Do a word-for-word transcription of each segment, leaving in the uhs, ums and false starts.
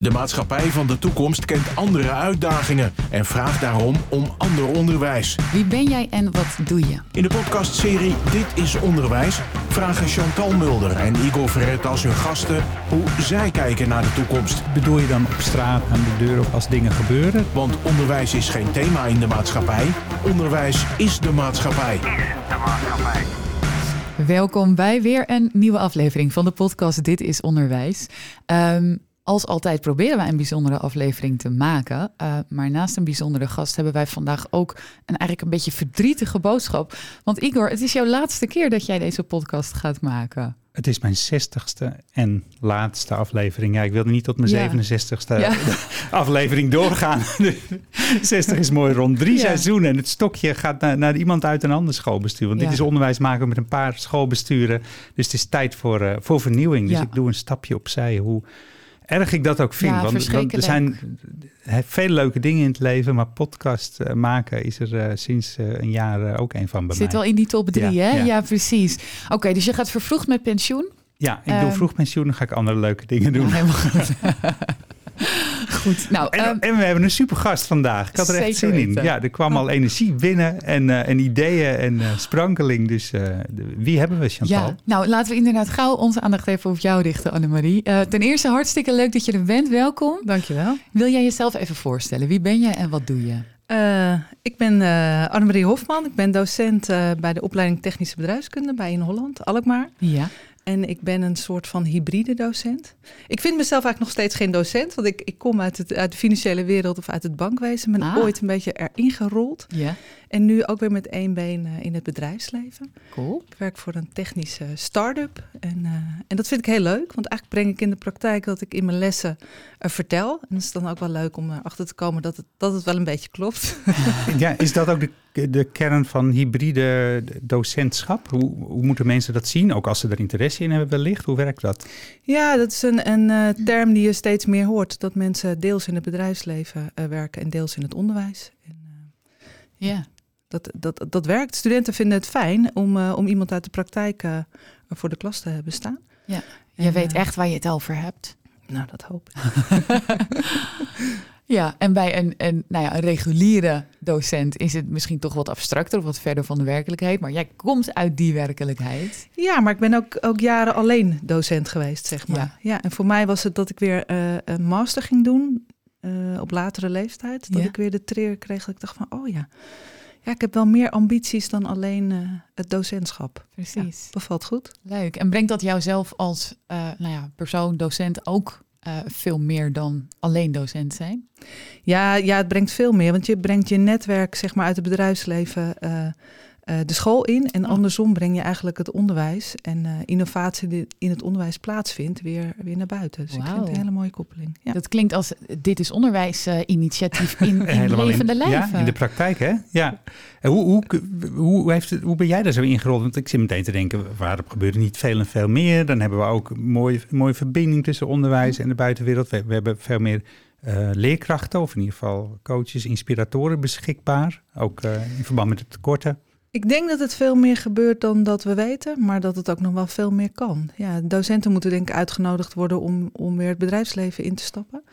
De maatschappij van de toekomst kent andere uitdagingen en vraagt daarom om ander onderwijs. Wie ben jij en wat doe je? In de podcastserie Dit is Onderwijs vragen Chantal Mulder en Igor Verret als hun gasten hoe zij kijken naar de toekomst. Bedoel je dan op straat, aan de deur of als dingen gebeuren? Want onderwijs is geen thema in de maatschappij. Onderwijs is de maatschappij. Is de maatschappij. Welkom bij weer een nieuwe aflevering van de podcast Dit is Onderwijs. Um, Als altijd proberen wij een bijzondere aflevering te maken. Uh, maar naast een bijzondere gast hebben wij vandaag ook een eigenlijk een beetje verdrietige boodschap. Want Igor, het is jouw laatste keer dat jij deze podcast gaat maken. Het is mijn zestigste en laatste aflevering. Ja, ik wilde niet tot mijn Ja. zevenenzestigste Ja. aflevering doorgaan. zestig is mooi rond. Drie Ja. seizoenen en het stokje gaat naar, naar iemand uit een ander schoolbestuur. Want Ja. dit is onderwijs maken met een paar schoolbesturen. Dus het is tijd voor, uh, voor vernieuwing. Dus Ja. ik doe een stapje opzij. Hoe erg ik dat ook vind. Ja, want, want er verschrikkelijk. zijn uh, veel leuke dingen in het leven. Maar podcast uh, maken is er uh, sinds uh, een jaar uh, ook een van bij Zit mij. wel in die top drie, Ja, hè? Ja, ja. precies. Oké, okay, dus je gaat vervroegd met pensioen? Ja, ik Um, doe vroeg pensioen, dan ga ik andere leuke dingen doen. Ja, helemaal goed. Goed, nou... En, um, en we hebben een super gast vandaag. Ik had er echt Zeker zin in. weten. Ja, er kwam al energie binnen en, uh, en ideeën en uh, sprankeling. Dus uh, de, wie hebben we, Chantal? Ja, nou laten we inderdaad gauw onze aandacht even op jou richten, Annemarie. Uh, ten eerste hartstikke leuk dat je er bent. Welkom. Dankjewel. Wil jij jezelf even voorstellen? Wie ben jij en wat doe je? Uh, ik ben uh, Annemarie Hofman. Ik ben docent uh, bij de opleiding Technische Bedrijfskunde bij In Holland, Alkmaar. Ja. En ik ben een soort van hybride docent. Ik vind mezelf eigenlijk nog steeds geen docent, want ik, ik kom uit, het, uit de financiële wereld of uit het bankwezen. Ben Ah. ooit een beetje erin gerold. Ja. En nu ook weer met één been uh, in het bedrijfsleven. Cool. Ik werk voor een technische start-up. En, uh, en dat vind ik heel leuk, want eigenlijk breng ik in de praktijk dat ik in mijn lessen uh, vertel. En het is dan ook wel leuk om erachter te komen dat het, dat het wel een beetje klopt. Ja, is dat ook de, de kern van hybride docentschap? Hoe, hoe moeten mensen dat zien? Ook als ze er interesse in hebben wellicht. Hoe werkt dat? Ja, dat is een, een uh, term die je steeds meer hoort. Dat mensen deels in het bedrijfsleven uh, werken en deels in het onderwijs. En, uh, Ja. dat, dat, dat werkt. Studenten vinden het fijn om, uh, om iemand uit de praktijk uh, voor de klas te hebben staan. Ja. En, Je weet uh, echt waar je het over hebt. Nou, dat hoop ik. Ja, en bij een, een, nou ja, een reguliere docent is het misschien toch wat abstracter of wat verder van de werkelijkheid. Maar jij komt uit die werkelijkheid. Ja, maar ik ben ook, ook jaren alleen docent geweest, zeg maar. Ja. Ja, en voor mij was het dat ik weer uh, een master ging doen uh, op latere leeftijd. Dat Ja. ik weer de trigger kreeg dat ik dacht van, oh ja. Ja, ik heb wel meer ambities dan alleen uh, het docentschap. Precies. Ja, bevalt goed. Leuk. En brengt dat jou zelf als uh, nou ja, persoon, docent ook uh, veel meer dan alleen docent zijn? Ja, ja, het brengt veel meer. Want je brengt je netwerk zeg maar, uit het bedrijfsleven uh, uh, de school in. En Oh. andersom breng je eigenlijk het onderwijs en uh, innovatie die in het onderwijs plaatsvindt weer, weer naar buiten. Dus ik vind het een hele mooie koppeling. Ja. Dat klinkt als Dit is Onderwijs uh, initiatief in, in Helemaal levende in, lijven. Ja, in de praktijk, hè? Ja. En hoe, hoe, hoe, heeft het, hoe ben jij daar zo ingerold? Want ik zit meteen te denken, waarom gebeurt er niet veel en veel meer? Dan hebben we ook een mooie, mooie verbinding tussen onderwijs en de buitenwereld. We, we hebben veel meer uh, leerkrachten, of in ieder geval coaches, inspiratoren beschikbaar. Ook uh, in verband met de tekorten. Ik denk dat het veel meer gebeurt dan dat we weten, maar dat het ook nog wel veel meer kan. Ja, docenten moeten denk ik uitgenodigd worden om, om weer het bedrijfsleven in te stappen.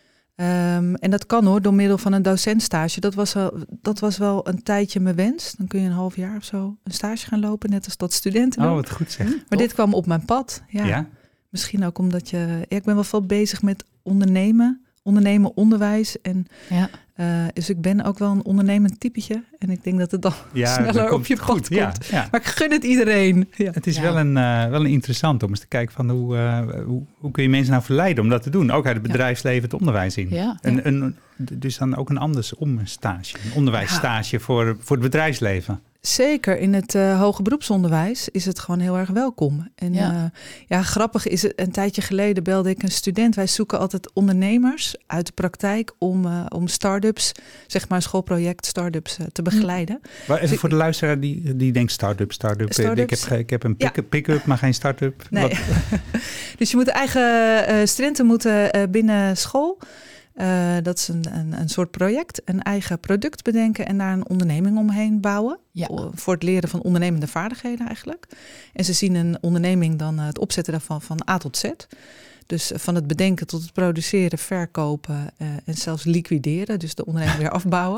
Um, en dat kan hoor, door middel van een docentstage. Dat was, wel, dat was wel een tijdje mijn wens. Dan kun je een half jaar of zo een stage gaan lopen, net als dat studenten doen. Oh, wat goed zeg. Maar Top. dit kwam op mijn pad. Ja. Ja? Misschien ook omdat je... Ja, ik ben wel veel bezig met ondernemen. Ondernemen, onderwijs. En, Ja. uh, dus ik ben ook wel een ondernemend typetje. En ik denk dat het dan Ja, sneller dat op komt je pad goed. komt. Ja, ja. Maar ik gun het iedereen. Ja. Het is Ja. wel, een, uh, wel een interessant om eens te kijken van hoe, uh, hoe, hoe kun je mensen nou verleiden om dat te doen. Ook uit het bedrijfsleven, het onderwijs in. Ja. Een, een, dus dan ook een andersom stage, een onderwijsstage voor, voor het bedrijfsleven. Zeker, in het uh, hoger beroepsonderwijs is het gewoon heel erg welkom. En Ja. ja, uh, ja grappig is het, een tijdje geleden belde ik een student. Wij zoeken altijd ondernemers uit de praktijk om, uh, om start-ups, zeg maar een schoolproject start-ups uh, te begeleiden. Maar even voor de luisteraar die, die denkt start-up, start-up. Start-ups. Ik, heb, ik heb een pick-up, pick-up maar geen start-up. Nee. Wat, Dus je moet eigen uh, studenten moeten uh, binnen school. Uh, dat is een, een, een soort project, een eigen product bedenken en daar een onderneming omheen bouwen. Ja. Voor het leren van ondernemende vaardigheden eigenlijk. En ze zien een onderneming dan uh, het opzetten daarvan van A tot Z. Dus van het bedenken tot het produceren, verkopen uh, en zelfs liquideren. Dus de onderneming weer afbouwen.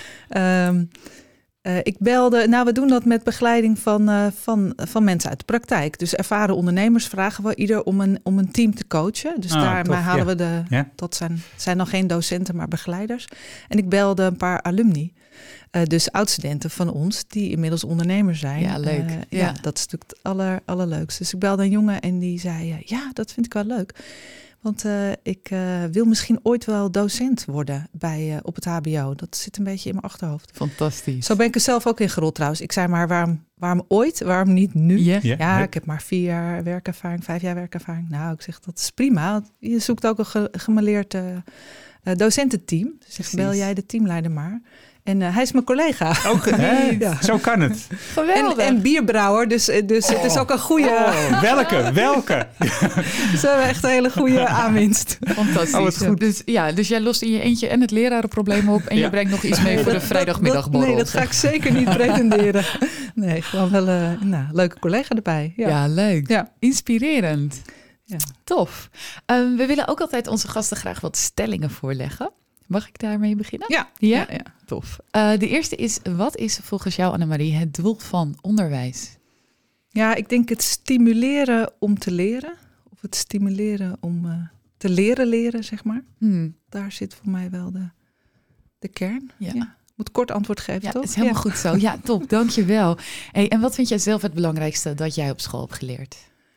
Um, uh, ik belde, nou we doen dat met begeleiding van, uh, van, van mensen uit de praktijk. Dus ervaren ondernemers vragen we ieder om een, om een team te coachen. Dus ah, daarmee tof, halen ja. we de, ja? dat zijn, zijn nog geen docenten, maar begeleiders. En ik belde een paar alumni. Uh, dus oud-studenten van ons, die inmiddels ondernemer zijn. Ja, leuk. Uh, ja. ja, dat is natuurlijk het aller, allerleukste. Dus ik belde een jongen en die zei, uh, ja, dat vind ik wel leuk. Want uh, ik uh, wil misschien ooit wel docent worden bij, uh, op het H B O. Dat zit een beetje in mijn achterhoofd. Fantastisch. Zo ben ik er zelf ook in gerold trouwens. Ik zei maar, waarom, waarom ooit? Waarom niet nu? Yeah. Ja, Ja, leuk. ik heb maar vier jaar werkervaring, vijf jaar werkervaring. Nou, ik zeg, dat is prima. Want je zoekt ook een ge- gemêleerd uh, uh, docententeam. Dus ik zeg, bel jij de teamleider maar. En uh, hij is mijn collega. Ook, hè? Ja. Zo kan het. Geweldig. En, en bierbrouwer, dus, dus oh. het is ook een goede... Oh, welke? Welke? Dus we hebben echt een hele goede aanwinst. Fantastisch. Oh, wat goed. Dus, ja, dus jij lost in je eentje en het lerarenprobleem op... en Ja. je brengt nog iets mee voor de vrijdagmiddagborrel. Nee, dat ga ik zeker niet pretenderen. Nee, gewoon wel een uh, nou, leuke collega erbij. Ja, Ja, leuk. Ja. Inspirerend. Ja. Tof. Um, we willen ook altijd onze gasten graag wat stellingen voorleggen. Mag ik daarmee beginnen? Ja. Ja? Ja, ja. Tof. Uh, de eerste is, wat is volgens jou, Annemarie, het doel van onderwijs? Ja, ik denk het stimuleren om te leren. Of het stimuleren om uh, te leren leren, zeg maar. Hmm. Daar zit voor mij wel de, de kern. Ja. Ja. Moet kort antwoord geven, Ja, toch? is helemaal ja. goed zo. Ja, top. Dankjewel. Hey, en wat vind jij zelf het belangrijkste dat jij op school hebt geleerd?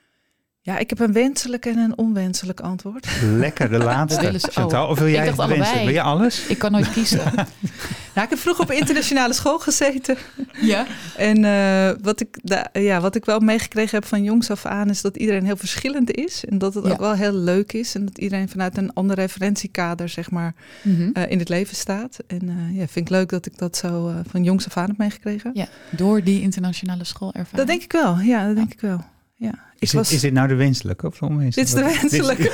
Ja, ik heb een wenselijk en een onwenselijk antwoord. Lekker, de laatste. We willen ze- Chantal, oh, of wil jij ik dacht het wensen? allebei. Wil je alles? Ik kan nooit kiezen. Nou, ik heb vroeger op internationale school gezeten. Ja? En uh, wat, ik da- ja, wat ik wel meegekregen heb van jongs af aan... is dat iedereen heel verschillend is. En dat het Ja. ook wel heel leuk is. En dat iedereen vanuit een ander referentiekader, zeg maar, Mm-hmm. uh, in het leven staat. En uh, ja, vind ik leuk dat ik dat zo uh, van jongs af aan heb meegekregen. Ja, door die internationale schoolervaring. Dat denk ik wel. Ja, dat denk ik wel. Ja. Ik Is, was... dit, is dit nou de wenselijke of de onwenselijke? Dit is de Wat- wenselijke.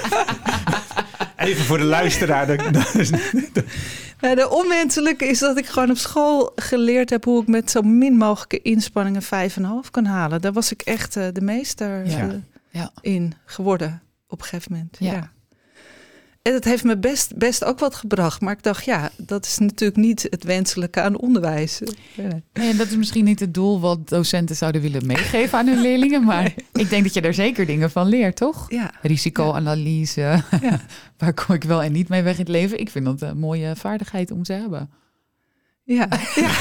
Even voor de luisteraar. dat- dat is- Ja, de onwenselijke is dat ik gewoon op school geleerd heb... hoe ik met zo min mogelijke inspanningen vijf en een half kan halen. Daar was ik echt uh, de meester Ja. uh, Ja. in geworden op een gegeven moment. Ja. Ja. En dat heeft me best, best ook wat gebracht. Maar ik dacht, ja, dat is natuurlijk niet het wenselijke aan onderwijs. Ja. Nee, dat is misschien niet het doel wat docenten zouden willen meegeven aan hun leerlingen. Maar Nee. ik denk dat je daar zeker dingen van leert, toch? Ja. Risicoanalyse. Ja. Waar kom ik wel en niet mee weg in het leven? Ik vind dat een mooie vaardigheid om te hebben. Ja. Ja.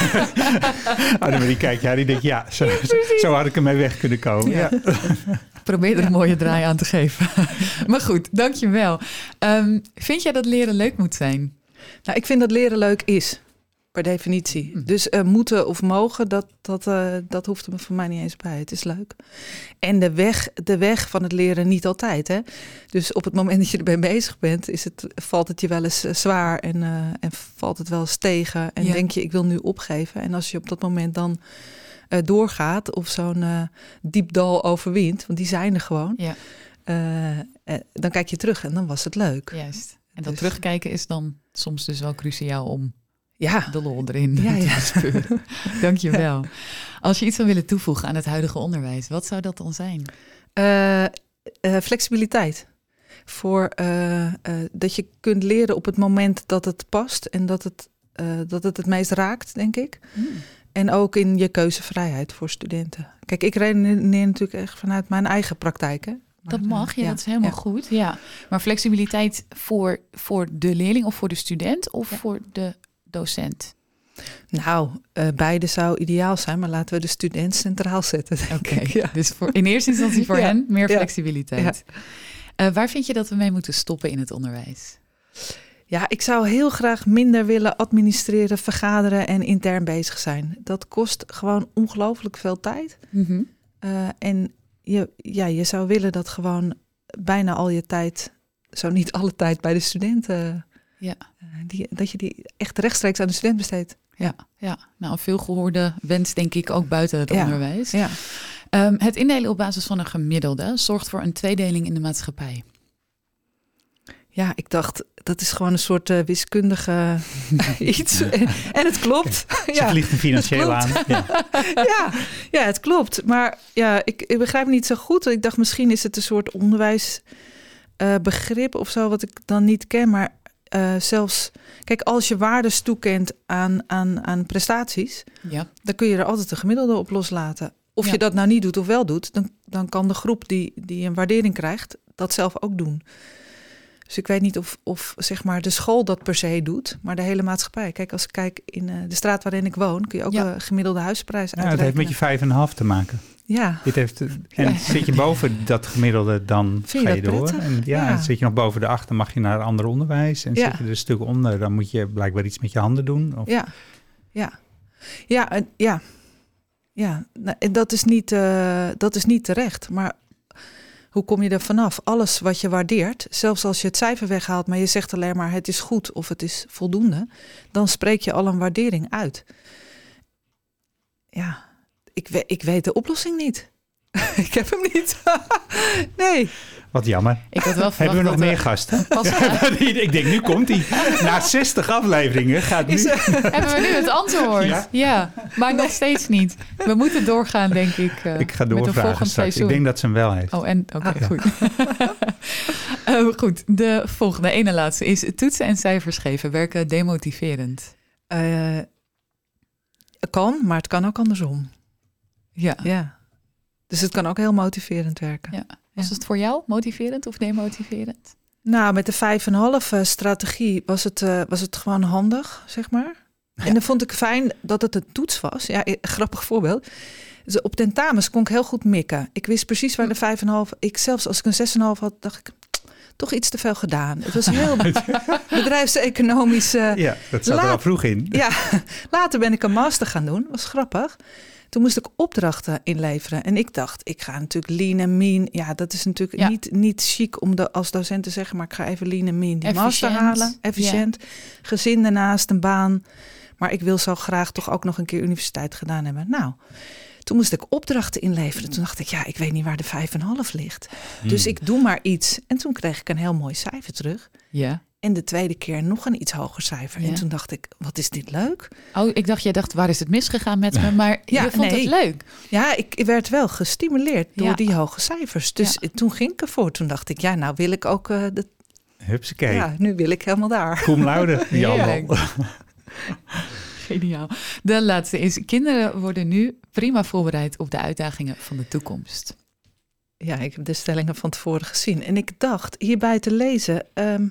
Annemarie kijkt, ja, die denkt, ja, zo, zo had ik ermee weg kunnen komen. Ja. Ja. Probeer er een mooie draai aan te geven. Maar goed, dankjewel. Um, vind jij dat leren leuk moet zijn? Nou, ik vind dat leren leuk is, per definitie. Hm. Dus uh, moeten of mogen, dat, dat, uh, dat hoeft er voor mij niet eens bij. Het is leuk. En de weg, de weg van het leren niet altijd. Hè? Dus op het moment dat je ermee bezig bent, is het, valt het je wel eens uh, zwaar en, uh, en valt het wel eens tegen. En Ja. denk je, ik wil nu opgeven. En als je op dat moment dan uh, doorgaat of zo'n uh, diep dal overwint, want die zijn er gewoon. Ja, Uh, uh, dan kijk je terug en dan was het leuk. juist. En dat Dus- terugkijken is dan soms dus wel cruciaal om Ja, de lol erin Ja, te ja. bespeuren. Dankjewel. Als je iets zou willen toevoegen aan het huidige onderwijs, wat zou dat dan zijn? Uh, uh, flexibiliteit. Voor uh, uh, dat je kunt leren op het moment dat het past en dat het, uh, dat het het meest raakt, denk ik. Hmm. En ook in je keuzevrijheid voor studenten. Kijk, ik redeneer natuurlijk echt vanuit mijn eigen praktijk. Hè? Maar, Dat mag, ja, uh, dat is helemaal ja. goed. Ja. Maar flexibiliteit voor, voor de leerling of voor de student of Ja. voor de docent? Nou, uh, beide zou ideaal zijn, maar laten we de student centraal zetten. denk Oké, ik. Ja. dus voor, in eerste instantie voor Ja. hen meer Ja. flexibiliteit. Uh, waar vind je dat we mee moeten stoppen in het onderwijs? Ja, ik zou heel graag minder willen administreren, vergaderen en intern bezig zijn. Dat kost gewoon ongelooflijk veel tijd. Mm-hmm. Uh, en je, ja, je zou willen dat gewoon bijna al je tijd, zo niet alle tijd bij de studenten, Ja. uh, die, dat je die echt rechtstreeks aan de student besteedt. Ja, ja, nou een veelgehoorde wens denk ik ook buiten het Ja. onderwijs. Ja. Um, het indelen op basis van een gemiddelde zorgt voor een tweedeling in de maatschappij. Ja, ik dacht, dat is gewoon een soort uh, wiskundige iets. En, en het klopt. Ze ja. vliegt er financieel dat aan. klopt. Ja. ja, ja, het klopt. Maar ja, ik, ik begrijp het niet zo goed. Ik dacht, misschien is het een soort onderwijs uh, begrip of zo wat ik dan niet ken. Maar uh, zelfs, kijk, als je waardes toekent aan, aan, aan prestaties, ja. dan kun je er altijd een gemiddelde op loslaten. Of ja. je dat nou niet doet of wel doet, dan, dan kan de groep die, die een waardering krijgt, dat zelf ook doen. Dus ik weet niet of, of zeg maar de school dat per se doet, maar de hele maatschappij. Kijk, als ik kijk in uh, de straat waarin ik woon, kun je ook ja. een gemiddelde huisprijs ja, uitrekenen. Het heeft met je vijf en een half te maken. Ja. Dit heeft, en ja. zit je boven dat gemiddelde, dan Vind je ga je dat door. prettig? En ja, Ja. En zit je nog boven de acht, dan mag je naar ander onderwijs. En Ja. zit je er een stuk onder, dan moet je blijkbaar iets met je handen doen. Of... Ja, ja, ja, en, ja. ja. Nou, en dat is niet, uh, dat is niet terecht. Maar hoe kom je er vanaf? Alles wat je waardeert, zelfs als je het cijfer weghaalt, maar je zegt alleen maar het is goed of het is voldoende, dan spreek je al een waardering uit. Ja, ik, we, ik weet de oplossing niet. Ik heb hem niet. Nee. Wat jammer. Ik had wel Hebben we nog dat meer we... gasten? Pas ik denk, nu komt hij. Na zestig afleveringen gaat nu... Is, hebben we nu het antwoord? Ja, ja maar nog steeds niet. We moeten doorgaan, denk ik. Uh, ik ga met een doorvragen volgend straks. seizoen. Ik denk dat ze hem wel heeft. Oh, en oké, okay, ah, goed. Ja. uh, goed, de volgende, ene laatste is toetsen en cijfers geven werken demotiverend. Uh, kan, maar het kan ook andersom. Ja. Ja. Dus het kan ook heel motiverend werken. Ja. Was het voor jou motiverend of demotiverend? Nou, met de vijf en een half strategie was het, uh, was het gewoon handig, zeg maar. Ja. En dan vond ik fijn dat het een toets was. Ja, een grappig voorbeeld. Dus op tentamens kon ik heel goed mikken. Ik wist precies waar de vijf en een half... Ik zelfs als ik een zes en een half had, dacht ik... toch iets te veel gedaan. Het was heel bedrijfseconomisch... Uh, ja, dat zat laat, er al vroeg in. Ja, later ben ik een master gaan doen. Was grappig. Toen moest ik opdrachten inleveren. En ik dacht, ik ga natuurlijk lean en mean. Ja, dat is natuurlijk ja. niet, niet chic om de, als docent te zeggen... maar ik ga even lean en mean die master halen. Efficiënt. Ja. Gezin daarnaast, een baan. Maar ik wil zo graag toch ook nog een keer universiteit gedaan hebben. Nou, toen moest ik opdrachten inleveren. Toen dacht ik, ja, ik weet niet waar de vijf en een half ligt. Hmm. Dus ik doe maar iets. En toen kreeg ik een heel mooi cijfer terug. Ja. En de tweede keer nog een iets hoger cijfer. Ja. En toen dacht ik, wat is dit leuk? Oh, ik dacht, jij dacht, waar is het misgegaan met me? Maar ja, je vond nee. het leuk. Ja, ik werd wel gestimuleerd door ja. die hoge cijfers. Dus ja. toen ging ik ervoor. Toen dacht ik, ja, nou wil ik ook... Uh, de... Hupsakee. Ja, nu wil ik helemaal daar. Cum laude. Geniaal. De laatste is, kinderen worden nu prima voorbereid op de uitdagingen van de toekomst. Ja, ik heb de stellingen van tevoren gezien. En ik dacht hierbij te lezen... Um,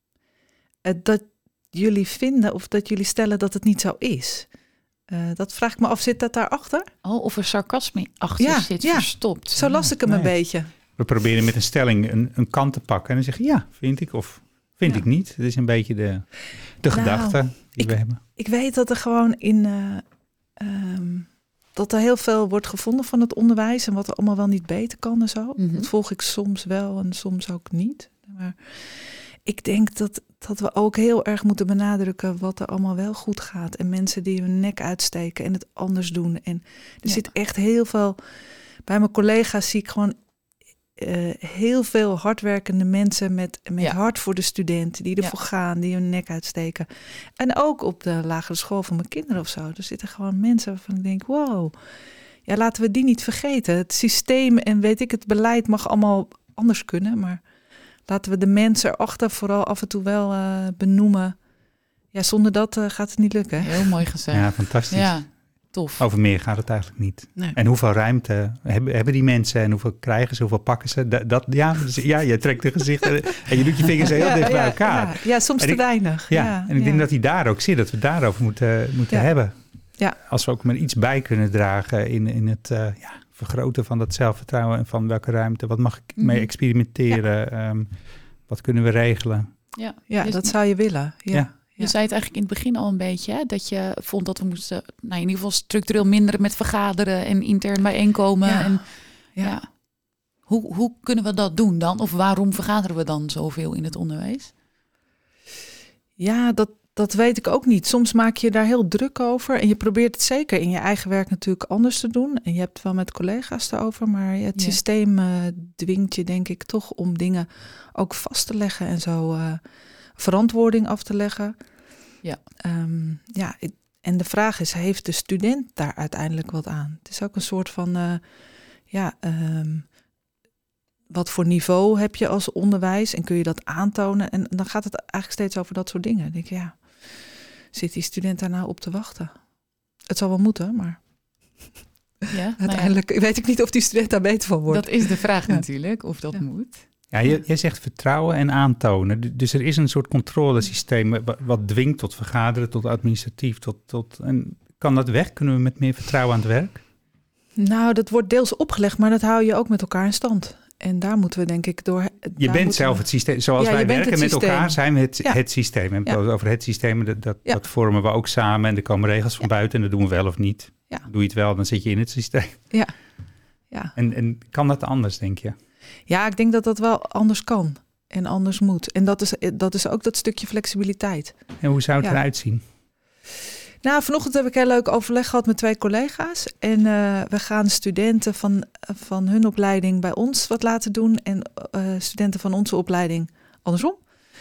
dat jullie vinden of dat jullie stellen dat het niet zo is. Uh, dat vraag ik me af, zit dat daarachter? Oh, of er sarcasme achter ja, zit, ja. verstopt. Zo las ik hem nee. een beetje. We proberen met een stelling een, een kant te pakken en dan zeggen ja, vind ik of vind ja. ik niet. Dat is een beetje de, de nou, gedachte die ik, we hebben. Ik weet dat er gewoon in... Uh, um, dat er heel veel wordt gevonden van het onderwijs en wat er allemaal wel niet beter kan en zo. Mm-hmm. Dat volg ik soms wel en soms ook niet. Maar ik denk dat, dat we ook heel erg moeten benadrukken wat er allemaal wel goed gaat. En mensen die hun nek uitsteken en het anders doen. En er ja. zit echt heel veel... Bij mijn collega's zie ik gewoon uh, heel veel hardwerkende mensen met, met ja. hart voor de student. Die ervoor ja. gaan, die hun nek uitsteken. En ook op de lagere school van mijn kinderen of zo. Er zitten gewoon mensen waarvan ik denk, wow. Ja, laten we die niet vergeten. Het systeem en weet ik, het beleid mag allemaal anders kunnen, maar... Laten we de mensen erachter vooral af en toe wel uh, benoemen. Ja, zonder dat uh, gaat het niet lukken. Heel mooi gezegd. Ja, fantastisch. Ja, tof. Over meer gaat het eigenlijk niet. Nee. En hoeveel ruimte hebben, hebben die mensen en hoeveel krijgen ze, hoeveel pakken ze? Dat, dat, ja, dus, ja, je trekt de gezichten en je doet je vingers heel ja, dicht ja, bij elkaar. Ja, ja soms en te ik, weinig. Ja, ja en ik ja. denk dat hij daar ook zit, dat we het daarover moeten, moeten ja. hebben. Ja. Als we ook maar iets bij kunnen dragen in, in het... Uh, ja, vergroten van dat zelfvertrouwen en van welke ruimte, wat mag ik mee experimenteren, ja. um, wat kunnen we regelen? Ja, ja dus, dat zou je willen. Ja. Ja. Je zei het eigenlijk in het begin al een beetje, hè, dat je vond dat we moesten, nou in ieder geval structureel minder met vergaderen en intern bijeenkomen. Ja. En, ja. Ja. Hoe, hoe kunnen we dat doen dan? Of waarom vergaderen we dan zoveel in het onderwijs? Ja, dat, dat weet ik ook niet. Soms maak je daar heel druk over. En je probeert het zeker in je eigen werk natuurlijk anders te doen. En je hebt het wel met collega's erover. Maar het ja. systeem uh, dwingt je denk ik toch om dingen ook vast te leggen. En zo uh, verantwoording af te leggen. Ja. Um, ja, en de vraag is, heeft de student daar uiteindelijk wat aan? Het is ook een soort van... Uh, ja, um, wat voor niveau heb je als onderwijs en kun je dat aantonen? En dan gaat het eigenlijk steeds over dat soort dingen. Dan denk je, ja, zit die student daar nou op te wachten? Het zal wel moeten, maar Ja, uiteindelijk nou ja, weet ik niet of die student daar beter van wordt. dat is de vraag Ja. natuurlijk, of dat Ja. moet. Ja, jij, jij zegt vertrouwen en aantonen. D- Dus er is een soort controlesysteem wa- wat dwingt tot vergaderen, tot administratief. Tot, tot, en kan dat weg? Kunnen we met meer vertrouwen aan het werk? Nou, dat wordt deels opgelegd, maar dat hou je ook met elkaar in stand. En daar moeten we denk ik door... Je bent zelf het systeem. Zoals Ja, je wij bent werken het met systeem. elkaar, zijn we het, Ja. het systeem. We hebben Ja. het over het systeem. Dat, dat, Ja. dat vormen we ook samen. En er komen regels van Ja. buiten en dat doen we wel of niet. Ja. Doe je het wel, dan zit je in het systeem. Ja. En, en kan dat anders, denk je? Ja, ik denk dat dat wel anders kan en anders moet. En dat is, dat is ook dat stukje flexibiliteit. En hoe zou het Ja. eruit zien? Nou, vanochtend heb ik heel leuk overleg gehad met twee collega's. En uh, we gaan studenten van, van hun opleiding bij ons wat laten doen. En uh, studenten van onze opleiding andersom.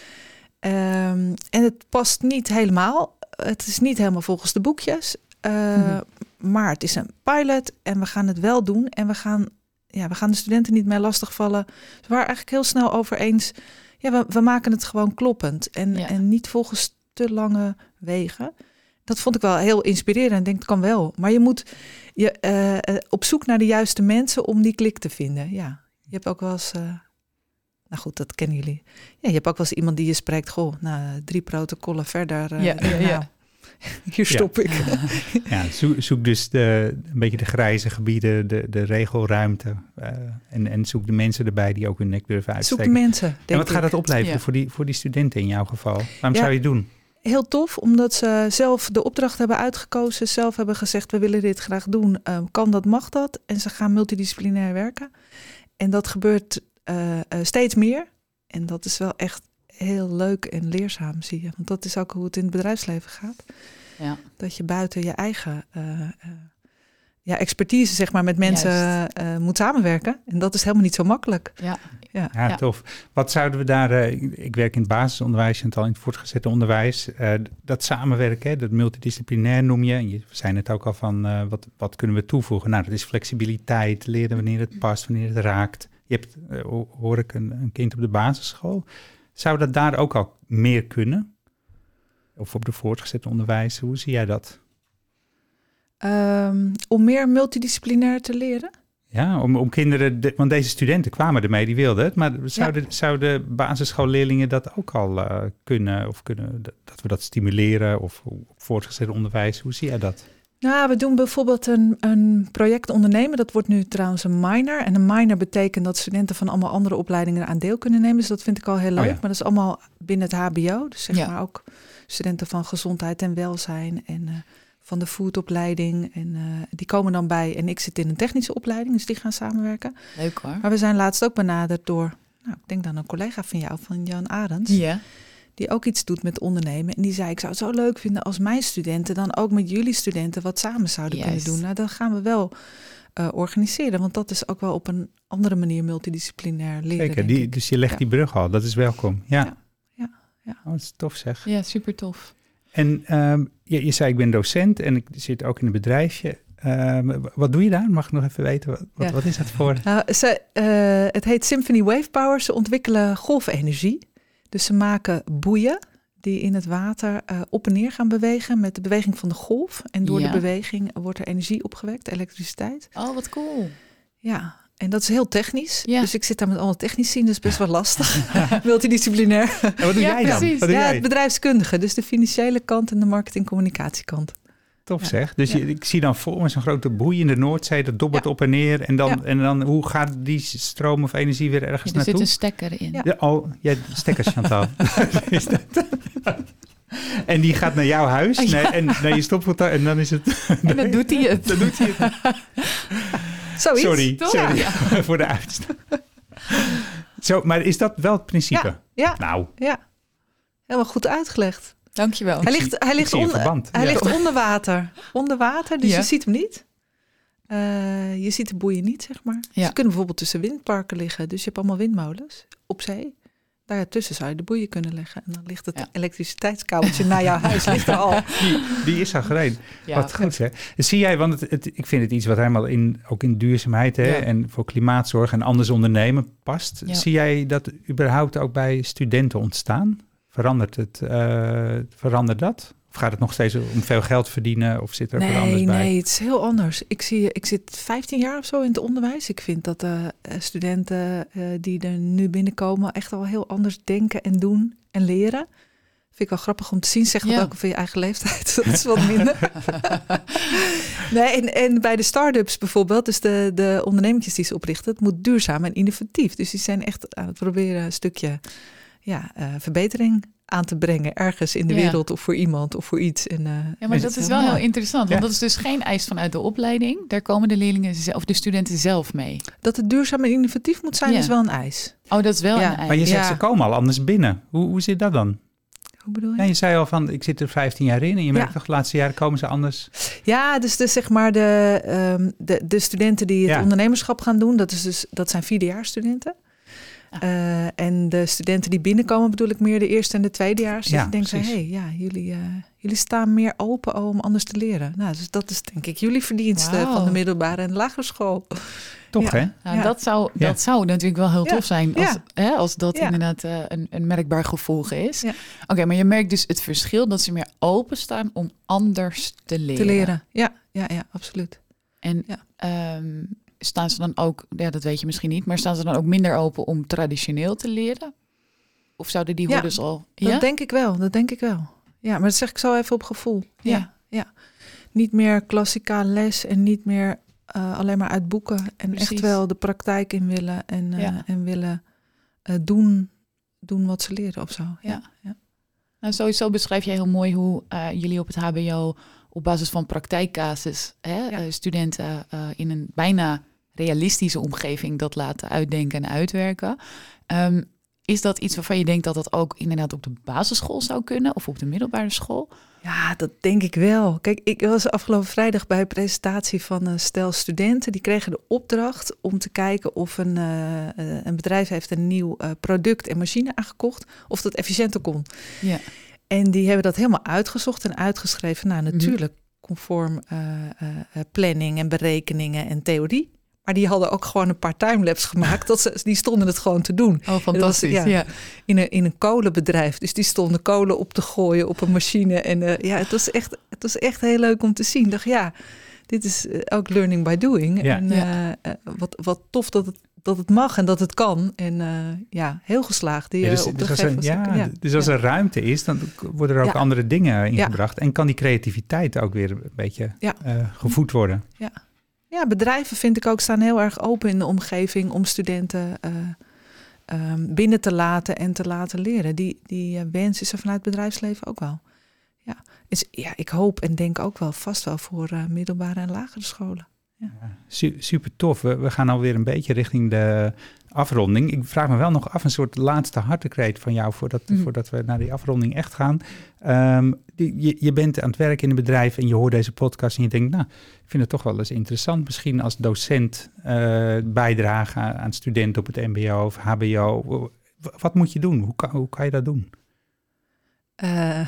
Um, en het past niet helemaal. Het is niet helemaal volgens de boekjes. Uh, mm-hmm. Maar het is een pilot en we gaan het wel doen. En we gaan, ja, we gaan de studenten niet meer lastigvallen. Ze waren eigenlijk heel snel over eens. Ja, we, we maken het gewoon kloppend. En, ja. en niet volgens te lange wegen. Dat vond ik wel heel inspirerend. Ik denk, het kan wel. Maar je moet je, uh, op zoek naar de juiste mensen om die klik te vinden. Ja, je hebt ook wel eens... Uh, nou goed, dat kennen jullie. Ja, je hebt ook wel eens iemand die je spreekt. Goh, nou, drie protocollen verder. Uh, ja, ja, ja. Nou, hier stop ja. ik. Ja, zoek, zoek dus de, een beetje de grijze gebieden, de, de regelruimte. Uh, en, en zoek de mensen erbij die ook hun nek durven uitsteken. Zoek de mensen, denk En wat ik. gaat dat opleveren Ja. voor, die, voor die studenten in jouw geval? Waarom Ja. zou je het doen? Heel tof, omdat ze zelf de opdracht hebben uitgekozen. Zelf hebben gezegd, we willen dit graag doen. Um, kan dat, mag dat? En ze gaan multidisciplinair werken. En dat gebeurt uh, uh, steeds meer. En dat is wel echt heel leuk en leerzaam, zie je. Want dat is ook hoe het in het bedrijfsleven gaat. Ja. Dat je buiten je eigen uh, uh, ja, expertise, zeg maar, met mensen uh, moet samenwerken. En dat is helemaal niet zo makkelijk. Ja. Ja. Ja, ja, tof. Wat zouden we daar... Uh, ik werk in het basisonderwijs en het al in het voortgezette onderwijs. Uh, dat samenwerken, dat multidisciplinair noem je. En je zei het ook al van, uh, wat, wat kunnen we toevoegen? Nou, dat is flexibiliteit, leren wanneer het past, wanneer het raakt. Je hebt, uh, hoor ik, een, een kind op de basisschool. Zou dat daar ook al meer kunnen? Of op de voortgezette onderwijs? Hoe zie jij dat? Um, om meer multidisciplinair te leren? Ja, om, om kinderen... De, want deze studenten kwamen ermee, die wilden het. Maar zouden, ja. zouden basisschoolleerlingen dat ook al uh, kunnen? Of kunnen dat we dat stimuleren? Of voortgezet onderwijs? Hoe zie jij dat? Nou, we doen bijvoorbeeld een, een project ondernemen. Dat wordt nu trouwens een minor. En een minor betekent dat studenten van allemaal andere opleidingen aan deel kunnen nemen. Dus dat vind ik al heel leuk. Oh ja. Maar dat is allemaal binnen het H B O. Dus zeg ja. maar ook studenten van gezondheid en welzijn en... Uh, van de foodopleiding. En uh, die komen dan bij. En ik zit in een technische opleiding, dus die gaan samenwerken. Leuk hoor. Maar we zijn laatst ook benaderd door, nou, ik denk dan een collega van jou, van Jan Arends. Ja. Die ook iets doet met ondernemen. En die zei, ik zou het zo leuk vinden als mijn studenten dan ook met jullie studenten wat samen zouden Juist. kunnen doen. Nou, dat gaan we wel uh, organiseren. Want dat is ook wel op een andere manier multidisciplinair leren. Zeker, die, dus je legt ja. die brug al. Dat is welkom. Ja. Ja. ja, ja. Oh, dat is tof zeg. Ja, super tof. En um, je, je zei, ik ben docent en ik zit ook in een bedrijfje. Um, wat doe je daar? Mag ik nog even weten? Wat, wat, ja. wat is dat voor? Nou, ze, uh, het heet Symphony Wave Power. Ze ontwikkelen golfenergie. Dus ze maken boeien die in het water uh, op en neer gaan bewegen met de beweging van de golf. En door ja. de beweging wordt er energie opgewekt, elektriciteit. Oh, wat cool. Ja, en dat is heel technisch. Ja. Dus ik zit daar met allemaal technisch zien, dus best wel lastig. Multidisciplinair. En wat doe ja, jij dan? Precies. Wat doe ja, jij? het bedrijfskundige. Dus de financiële kant en de marketing-communicatiekant. Tof ja. zeg. Dus ja. je, ik zie dan voor me zo'n grote boei in de Noordzee. Dat dobbert ja. op en neer. En dan, ja. en dan, hoe gaat die stroom of energie weer ergens ja, er naartoe? Er zit een stekker in. Ja. Ja, al, ja, stekkers, Chantal. Is dat? En die gaat naar jouw huis Ja. nee, en naar je stopcontact. En dan is het... En dan doet hij het. Dan doet hij het. Zoiets. Sorry, Toch? sorry Ja. voor de uitstand. Zo, maar is dat wel het principe? Ja, ja. Nou, ja. Helemaal goed uitgelegd. Dankjewel. Hij zie- ligt, hij ik ligt, zie een onder, verband. hij Ja. ligt onder water. Onder water, dus Ja. je ziet hem niet. Uh, je ziet de boeien niet, zeg maar. Ja. Ze kunnen bijvoorbeeld tussen windparken liggen. Dus je hebt allemaal windmolens op zee. Daartussen zou je de boeien kunnen leggen. En dan ligt het ja. elektriciteitskabeltje naar jouw huis ligt er al. Die, die is al gereden. Ja. Wat goed, hè? Zie jij, want het, het, ik vind het iets wat helemaal in, ook in duurzaamheid hè, ja. en voor klimaatzorg en anders ondernemen past. Ja. Zie jij dat überhaupt ook bij studenten ontstaan? Verandert het? Uh, verandert dat? Of gaat het nog steeds om veel geld verdienen? Of zit er nee, ook wat anders bij? Nee, het is heel anders. Ik, zie, ik zit vijftien jaar of zo in het onderwijs. Ik vind dat uh, studenten uh, die er nu binnenkomen echt al heel anders denken en doen en leren. Vind ik wel grappig om te zien. Zeg dat ja. ook van je eigen leeftijd. Dat is wat minder. nee, en, en bij de start-ups bijvoorbeeld, dus de, de ondernemertjes die ze oprichten, het moet duurzaam en innovatief. Dus die zijn echt aan het proberen een stukje ja, uh, verbetering aan te brengen ergens in de ja. wereld of voor iemand of voor iets. En, uh, ja, maar dat is wel heel interessant, want ja. dat is dus geen eis vanuit de opleiding. Daar komen de leerlingen of de studenten zelf mee. Dat het duurzaam en innovatief moet zijn, ja. is wel een eis. Oh, dat is wel ja. een eis. Maar je zegt, ja. ze komen al anders binnen. Hoe, hoe zit dat dan? Hoe bedoel je? Ja, je zei al van, ik zit er vijftien jaar in en je merkt ja. toch de laatste jaren komen ze anders. Ja, dus, dus zeg maar de, um, de, de studenten die het ja. ondernemerschap gaan doen, dat, is dus, dat zijn vierdejaarsstudenten. Uh, en de studenten die binnenkomen bedoel ik meer de eerste en de tweedejaars. Dus ja, ik denk van, hé, hey, ja, jullie, uh, jullie staan meer open om anders te leren. Nou, dus dat is denk ik jullie verdienste wow. van de middelbare en lagere school. Toch, ja. hè? Nou, ja. dat, zou, dat ja. zou natuurlijk wel heel tof ja. zijn als, ja. hè, als dat ja. inderdaad uh, een, een merkbaar gevolg is. Ja. Oké, okay, maar je merkt dus het verschil dat ze meer openstaan om anders te leren. Te leren, ja, ja, ja, absoluut. En ja. um, staan ze dan ook, ja, dat weet je misschien niet, maar staan ze dan ook minder open om traditioneel te leren? Of zouden die ja, dus al... Dat ja? denk ik wel, dat denk ik wel. Ja, maar dat zeg ik zo even op gevoel. Ja, ja. ja. Niet meer klassica les en niet meer uh, alleen maar uit boeken. En Precies. echt wel de praktijk in willen en, uh, ja. en willen uh, doen, doen wat ze leren of zo. Ja. Ja. Ja. Nou, sowieso beschrijf jij heel mooi hoe uh, jullie op het H B O op basis van praktijkcasus hè, ja. uh, studenten uh, in een bijna realistische omgeving dat laten uitdenken en uitwerken. Um, is dat iets waarvan je denkt dat dat ook inderdaad op de basisschool zou kunnen of op de middelbare school? Ja, dat denk ik wel. Kijk, ik was afgelopen vrijdag bij een presentatie van een stel studenten. Die kregen de opdracht om te kijken of een, uh, een bedrijf heeft een nieuw uh, product en machine aangekocht, of dat efficiënter kon. Ja. En die hebben dat helemaal uitgezocht en uitgeschreven. Nou, natuurlijk conform uh, uh, planning en berekeningen en theorie. Maar die hadden ook gewoon een paar timelapse gemaakt. Dat ze, die stonden het gewoon te doen. Oh, fantastisch. Was, ja, ja. in, een, in een kolenbedrijf. Dus die stonden kolen op te gooien op een machine. En uh, ja, het was, echt, het was echt heel leuk om te zien. Ik dacht, ja, dit is uh, ook learning by doing. Ja. En uh, uh, wat, wat tof dat het, dat het mag en dat het kan. En uh, ja, heel geslaagd. Die, ja, dus, uh, dus, als er, ja, ja, dus als ja. er ruimte is, dan worden er ook ja. andere dingen ingebracht. Ja. En kan die creativiteit ook weer een beetje ja. uh, gevoed worden. Ja. Ja, bedrijven vind ik ook staan heel erg open in de omgeving om studenten uh, um, binnen te laten en te laten leren. Die, die uh, wens is er vanuit het bedrijfsleven ook wel. Ja. Dus, ja, ik hoop en denk ook wel vast wel voor uh, middelbare en lagere scholen. Ja. Ja, su- super tof. We, we gaan alweer een beetje richting de afronding. Ik vraag me wel nog af een soort laatste hartekreet van jou voordat, mm. voordat we naar die afronding echt gaan. Um, die, je, je bent aan het werk in een bedrijf en je hoort deze podcast en je denkt, nou, ik vind het toch wel eens interessant. Misschien als docent uh, bijdragen aan, aan studenten op het mbo of hbo. Wat moet je doen? Hoe kan, hoe kan je dat doen? Uh,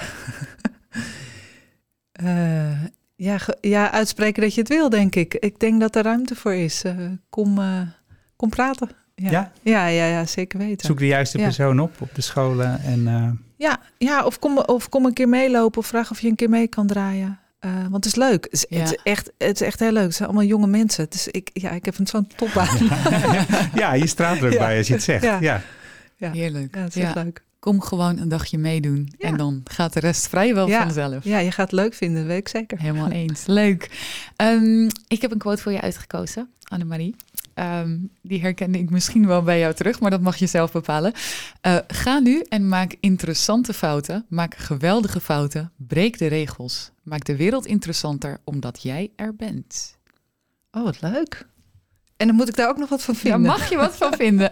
uh, ja, ge, ja, uitspreken dat je het wil, denk ik. Ik denk dat er ruimte voor is. Uh, kom, uh, kom praten. Ja. Ja? Ja, ja, ja, zeker weten. Zoek de juiste ja. persoon op op de scholen. En, uh... ja, ja of, kom, of kom een keer meelopen of vraag of je een keer mee kan draaien. Uh, want het is leuk. Het is, ja. het, is echt, het is echt heel leuk. Het zijn allemaal jonge mensen. Het is, ik, ja, ik heb een zo'n topbaan. Ja, ja, je straalt er ook ja. bij als je het zegt. Ja. Ja. Ja. Heerlijk. Ja, het is echt ja. leuk. Kom gewoon een dagje meedoen. Ja. En dan gaat de rest vrijwel ja. vanzelf. Ja, je gaat het leuk vinden, weet ik zeker. Helemaal eens. Leuk. Um, ik heb een quote voor je uitgekozen, Annemarie. Um, die herkende ik misschien wel bij jou terug, maar dat mag je zelf bepalen. Uh, ga nu en maak interessante fouten. Maak geweldige fouten. Breek de regels. Maak de wereld interessanter omdat jij er bent. Oh, wat leuk. En dan moet ik daar ook nog wat van vinden. Ja, mag je wat van vinden.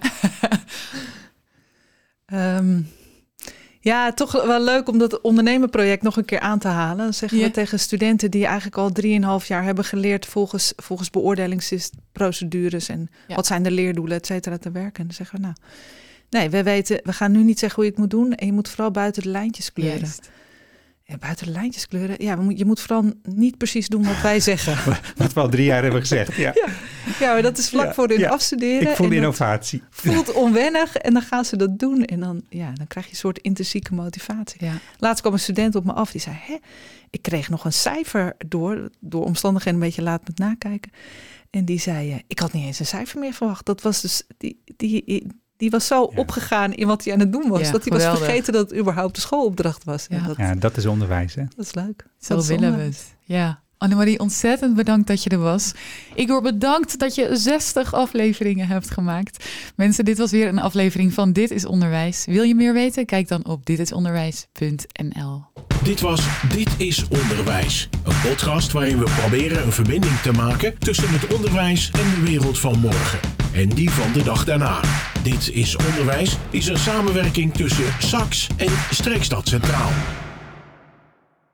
um, ja, toch wel leuk om dat ondernemerproject nog een keer aan te halen. Dan zeggen ja. we tegen studenten die eigenlijk al drieënhalf jaar hebben geleerd volgens, volgens beoordelingsprocedures en ja. wat zijn de leerdoelen, et cetera, te werken. En dan zeggen we, nou, Nee, we weten, we gaan nu niet zeggen hoe je het moet doen. En je moet vooral buiten de lijntjes kleuren. Juist. Ja, buiten de lijntjes kleuren. Ja, we moet, je moet vooral niet precies doen wat wij zeggen. Wat we al drie jaar hebben gezegd. Ja, Ja, ja maar dat is vlak Ja, voor hun ja. afstuderen. Ik voel en dat innovatie. voelt onwennig en dan gaan ze dat doen. En dan, ja, dan krijg je een soort intrinsieke motivatie. Ja. Laatst kwam een student op me af die zei... Hè, ik kreeg nog een cijfer door, door omstandigheden een beetje laat met nakijken. En die zei, eh, ik had niet eens een cijfer meer verwacht. Dat was dus, die, die, die was zo Ja. opgegaan in wat hij aan het doen was. Ja, dat hij was geweldig. vergeten dat het überhaupt de schoolopdracht was. Ja. En dat, Ja, dat is onderwijs, hè? dat is leuk. Zo Dat is willen we zonde. het. Ja. Annemarie, ontzettend bedankt dat je er was. Igor, bedankt dat je zestig afleveringen hebt gemaakt. Mensen, dit was weer een aflevering van Dit is Onderwijs. Wil je meer weten? Kijk dan op dit is onderwijs punt n l. Dit was Dit is Onderwijs. Een podcast waarin we proberen een verbinding te maken tussen het onderwijs en de wereld van morgen. En die van de dag daarna. Dit is Onderwijs is een samenwerking tussen S A X en Streekstad Centraal.